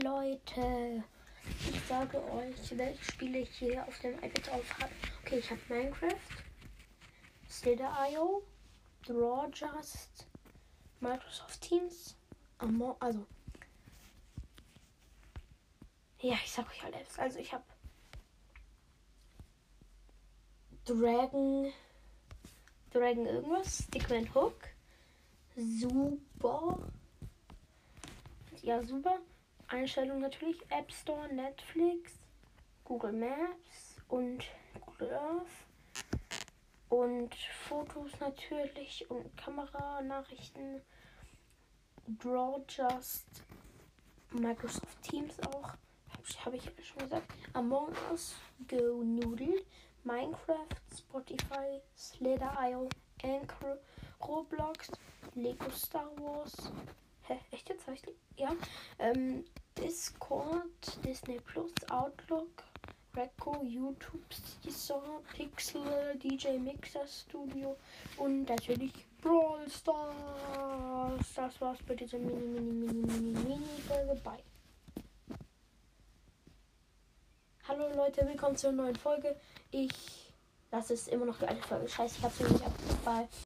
Leute, ich sage euch, welche Spiele ich hier auf dem iPad drauf habe. Okay, ich habe Minecraft, Slither.io, Drawjust, Microsoft Teams, ich sag euch alles. Also ich habe Dragon irgendwas, Stickman Hook, super. Ja, super. Einstellung natürlich, App Store, Netflix, Google Maps und Google Earth. Und Fotos natürlich und Kameranachrichten, Drawjust, Microsoft Teams auch, habe ich schon gesagt. Among Us, Go Noodle, Minecraft, Spotify, Slither.io, Anchor, Roblox, Lego Star Wars. Echt jetzt? Ja. Discord, Disney Plus, Outlook, Reco, YouTube, Caesar, Pixel, DJ Mixer Studio und natürlich Brawl Stars. Das war's bei dieser Mini-Folge. Bye. Hallo Leute, willkommen zur neuen Folge. Das ist immer noch die alte Folge. Scheiße, ich hab's nicht ab. Bye.